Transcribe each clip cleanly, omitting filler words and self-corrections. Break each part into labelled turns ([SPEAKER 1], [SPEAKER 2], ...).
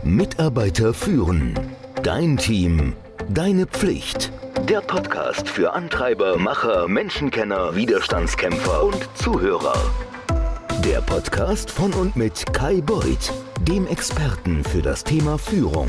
[SPEAKER 1] Mitarbeiter führen. Dein Team. Deine Pflicht. Der Podcast für Antreiber, Macher, Menschenkenner, Widerstandskämpfer und Zuhörer. Der Podcast von und mit Kai Beuth, dem Experten für das Thema Führung.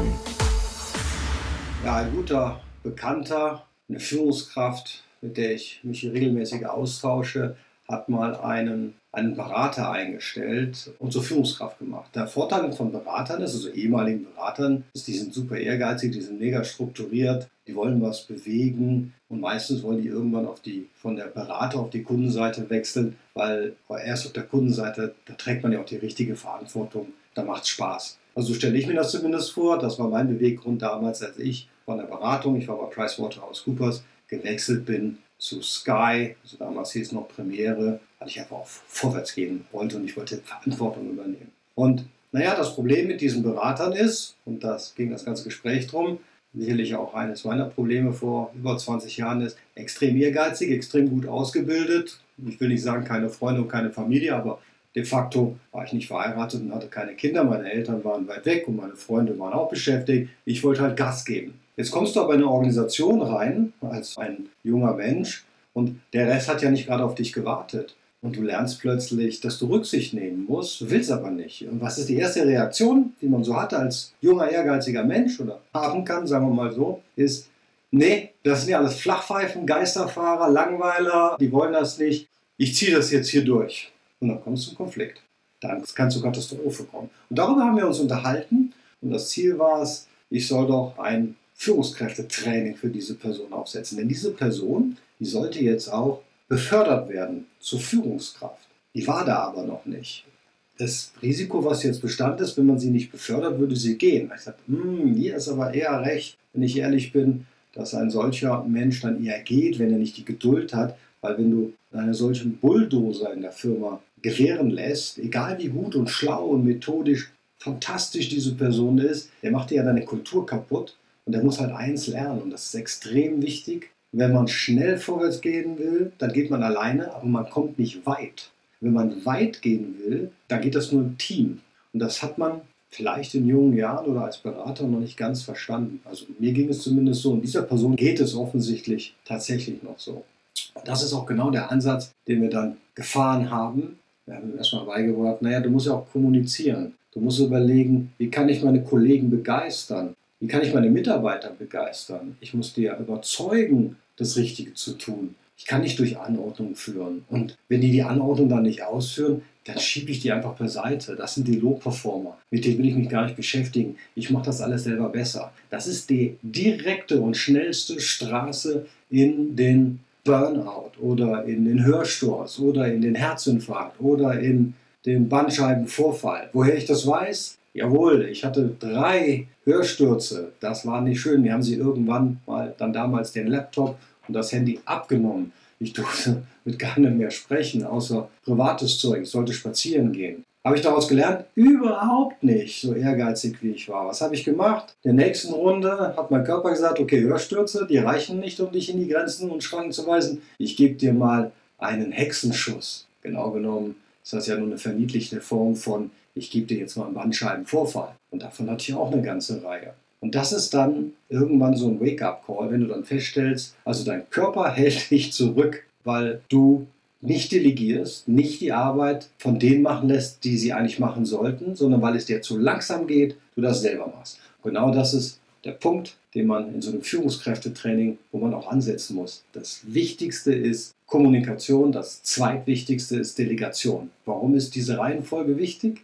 [SPEAKER 2] Ja, ein guter Bekannter, eine Führungskraft, mit der ich mich regelmäßig austausche, hat mal einen Berater eingestellt und zur Führungskraft gemacht. Der Vorteil von Beratern ist, also ehemaligen Beratern, ist, die sind super ehrgeizig, die sind mega strukturiert, die wollen was bewegen und meistens wollen die irgendwann von der Berater auf die Kundenseite wechseln, weil erst auf der Kundenseite, da trägt man ja auch die richtige Verantwortung, da macht es Spaß. Also so stelle ich mir das zumindest vor, das war mein Beweggrund damals, als ich von der Beratung, ich war bei PricewaterhouseCoopers, gewechselt bin zu Sky, also damals hieß es noch Premiere, weil ich einfach auch vorwärts gehen wollte und ich wollte Verantwortung übernehmen. Und naja, das Problem mit diesen Beratern ist, und das ging das ganze Gespräch drum, sicherlich auch eines meiner Probleme vor über 20 Jahren ist, extrem ehrgeizig, extrem gut ausgebildet. Ich will nicht sagen, keine Freunde und keine Familie, aber de facto war ich nicht verheiratet und hatte keine Kinder. Meine Eltern waren weit weg und meine Freunde waren auch beschäftigt. Ich wollte halt Gas geben. Jetzt kommst du aber in eine Organisation rein, als ein junger Mensch, und der Rest hat ja nicht gerade auf dich gewartet. Und du lernst plötzlich, dass du Rücksicht nehmen musst, willst aber nicht. Und was ist die erste Reaktion, die man so hatte als junger, ehrgeiziger Mensch oder haben kann, sagen wir mal so, ist, nee, das sind ja alles Flachpfeifen, Geisterfahrer, Langweiler, die wollen das nicht. Ich ziehe das jetzt hier durch. Und dann kommst du zum Konflikt. Dann kann es zur Katastrophe kommen. Und darüber haben wir uns unterhalten. Und das Ziel war es, ich soll doch ein Führungskräftetraining für diese Person aufsetzen. Denn diese Person, die sollte jetzt auch befördert werden zur Führungskraft. Die war da aber noch nicht. Das Risiko, was jetzt bestand ist, wenn man sie nicht befördert, würde sie gehen. Ich sagte, hier ist aber eher recht, wenn ich ehrlich bin, dass ein solcher Mensch dann eher geht, wenn er nicht die Geduld hat. Weil wenn du einen solchen Bulldozer in der Firma gewähren lässt, egal wie gut und schlau und methodisch fantastisch diese Person ist, der macht dir ja deine Kultur kaputt. Und der muss halt eins lernen und das ist extrem wichtig. Wenn man schnell vorwärts gehen will, dann geht man alleine, aber man kommt nicht weit. Wenn man weit gehen will, dann geht das nur im Team. Und das hat man vielleicht in jungen Jahren oder als Berater noch nicht ganz verstanden. Also mir ging es zumindest so und dieser Person geht es offensichtlich tatsächlich noch so. Und das ist auch genau der Ansatz, den wir dann gefahren haben. Wir haben ihm erstmal beigebracht, du musst ja auch kommunizieren. Du musst überlegen, wie kann ich meine Kollegen begeistern? Wie kann ich meine Mitarbeiter begeistern? Ich muss die ja überzeugen, das Richtige zu tun. Ich kann nicht durch Anordnung führen. Und wenn die Anordnung dann nicht ausführen, dann schiebe ich die einfach beiseite. Das sind die Low-Performer. Mit denen will ich mich gar nicht beschäftigen. Ich mache das alles selber besser. Das ist die direkte und schnellste Straße in den Burnout oder in den Hörsturz oder in den Herzinfarkt oder in den Bandscheibenvorfall. Woher ich das weiß? Jawohl, ich hatte 3 Hörstürze. Das war nicht schön. Mir haben sie irgendwann mal dann damals den Laptop und das Handy abgenommen. Ich durfte mit keinem mehr sprechen, außer privates Zeug. Ich sollte spazieren gehen. Habe ich daraus gelernt? Überhaupt nicht, so ehrgeizig wie ich war. Was habe ich gemacht? In der nächsten Runde hat mein Körper gesagt, okay, Hörstürze, die reichen nicht, um dich in die Grenzen und Schranken zu weisen. Ich gebe dir mal einen Hexenschuss. Genau genommen ist das ja nur eine verniedlichte Form von, ich gebe dir jetzt mal einen Bandscheibenvorfall. Und davon hatte ich auch eine ganze Reihe. Und das ist dann irgendwann so ein Wake-up-Call, wenn du dann feststellst, also dein Körper hält dich zurück, weil du nicht delegierst, nicht die Arbeit von denen machen lässt, die sie eigentlich machen sollten, sondern weil es dir zu langsam geht, du das selber machst. Genau das ist der Punkt, den man in so einem Führungskräftetraining, wo man auch ansetzen muss. Das Wichtigste ist Kommunikation, das Zweitwichtigste ist Delegation. Warum ist diese Reihenfolge wichtig?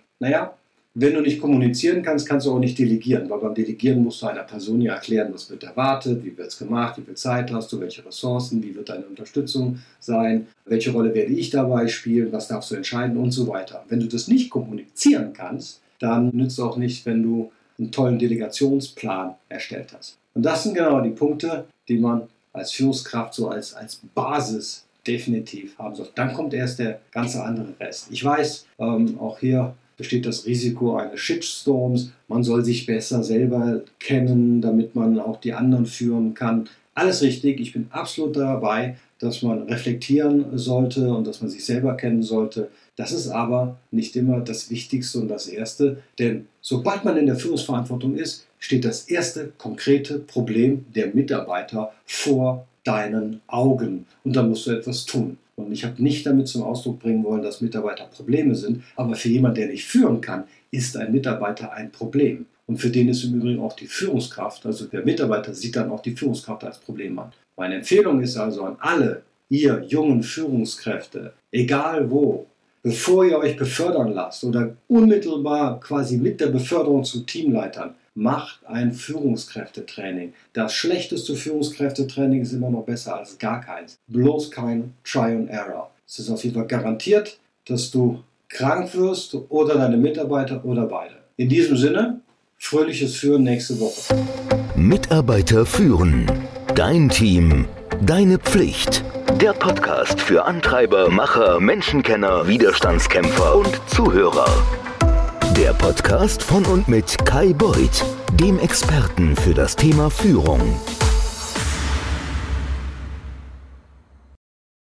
[SPEAKER 2] Wenn du nicht kommunizieren kannst, kannst du auch nicht delegieren, weil beim Delegieren musst du einer Person ja erklären, was wird erwartet, wie wird es gemacht, wie viel Zeit hast du, welche Ressourcen, wie wird deine Unterstützung sein, welche Rolle werde ich dabei spielen, was darfst du entscheiden und so weiter. Wenn du das nicht kommunizieren kannst, dann nützt es auch nicht, wenn du einen tollen Delegationsplan erstellt hast. Und das sind genau die Punkte, die man als Führungskraft so als Basis definitiv haben soll. Dann kommt erst der ganze andere Rest. Ich weiß, auch hier besteht das Risiko eines Shitstorms. Man soll sich besser selber kennen, damit man auch die anderen führen kann. Alles richtig, ich bin absolut dabei, dass man reflektieren sollte und dass man sich selber kennen sollte. Das ist aber nicht immer das Wichtigste und das Erste, denn sobald man in der Führungsverantwortung ist, steht das erste konkrete Problem der Mitarbeiter vor deinen Augen und da musst du etwas tun. Und ich habe nicht damit zum Ausdruck bringen wollen, dass Mitarbeiter Probleme sind, aber für jemanden, der nicht führen kann, ist ein Mitarbeiter ein Problem. Und für den ist im Übrigen auch die Führungskraft, also der Mitarbeiter sieht dann auch die Führungskraft als Problem an. Meine Empfehlung ist also an alle ihr jungen Führungskräfte, egal wo, bevor ihr euch befördern lasst oder unmittelbar quasi mit der Beförderung zu Teamleitern, macht ein Führungskräftetraining. Das schlechteste Führungskräftetraining ist immer noch besser als gar keins. Bloß kein Try and Error. Es ist auf jeden Fall garantiert, dass du krank wirst oder deine Mitarbeiter oder beide. In diesem Sinne, fröhliches Führen nächste Woche.
[SPEAKER 1] Mitarbeiter führen. Dein Team, deine Pflicht. Der Podcast für Antreiber, Macher, Menschenkenner, Widerstandskämpfer und Zuhörer. Der Podcast von und mit Kai Beuth, dem Experten für das Thema Führung.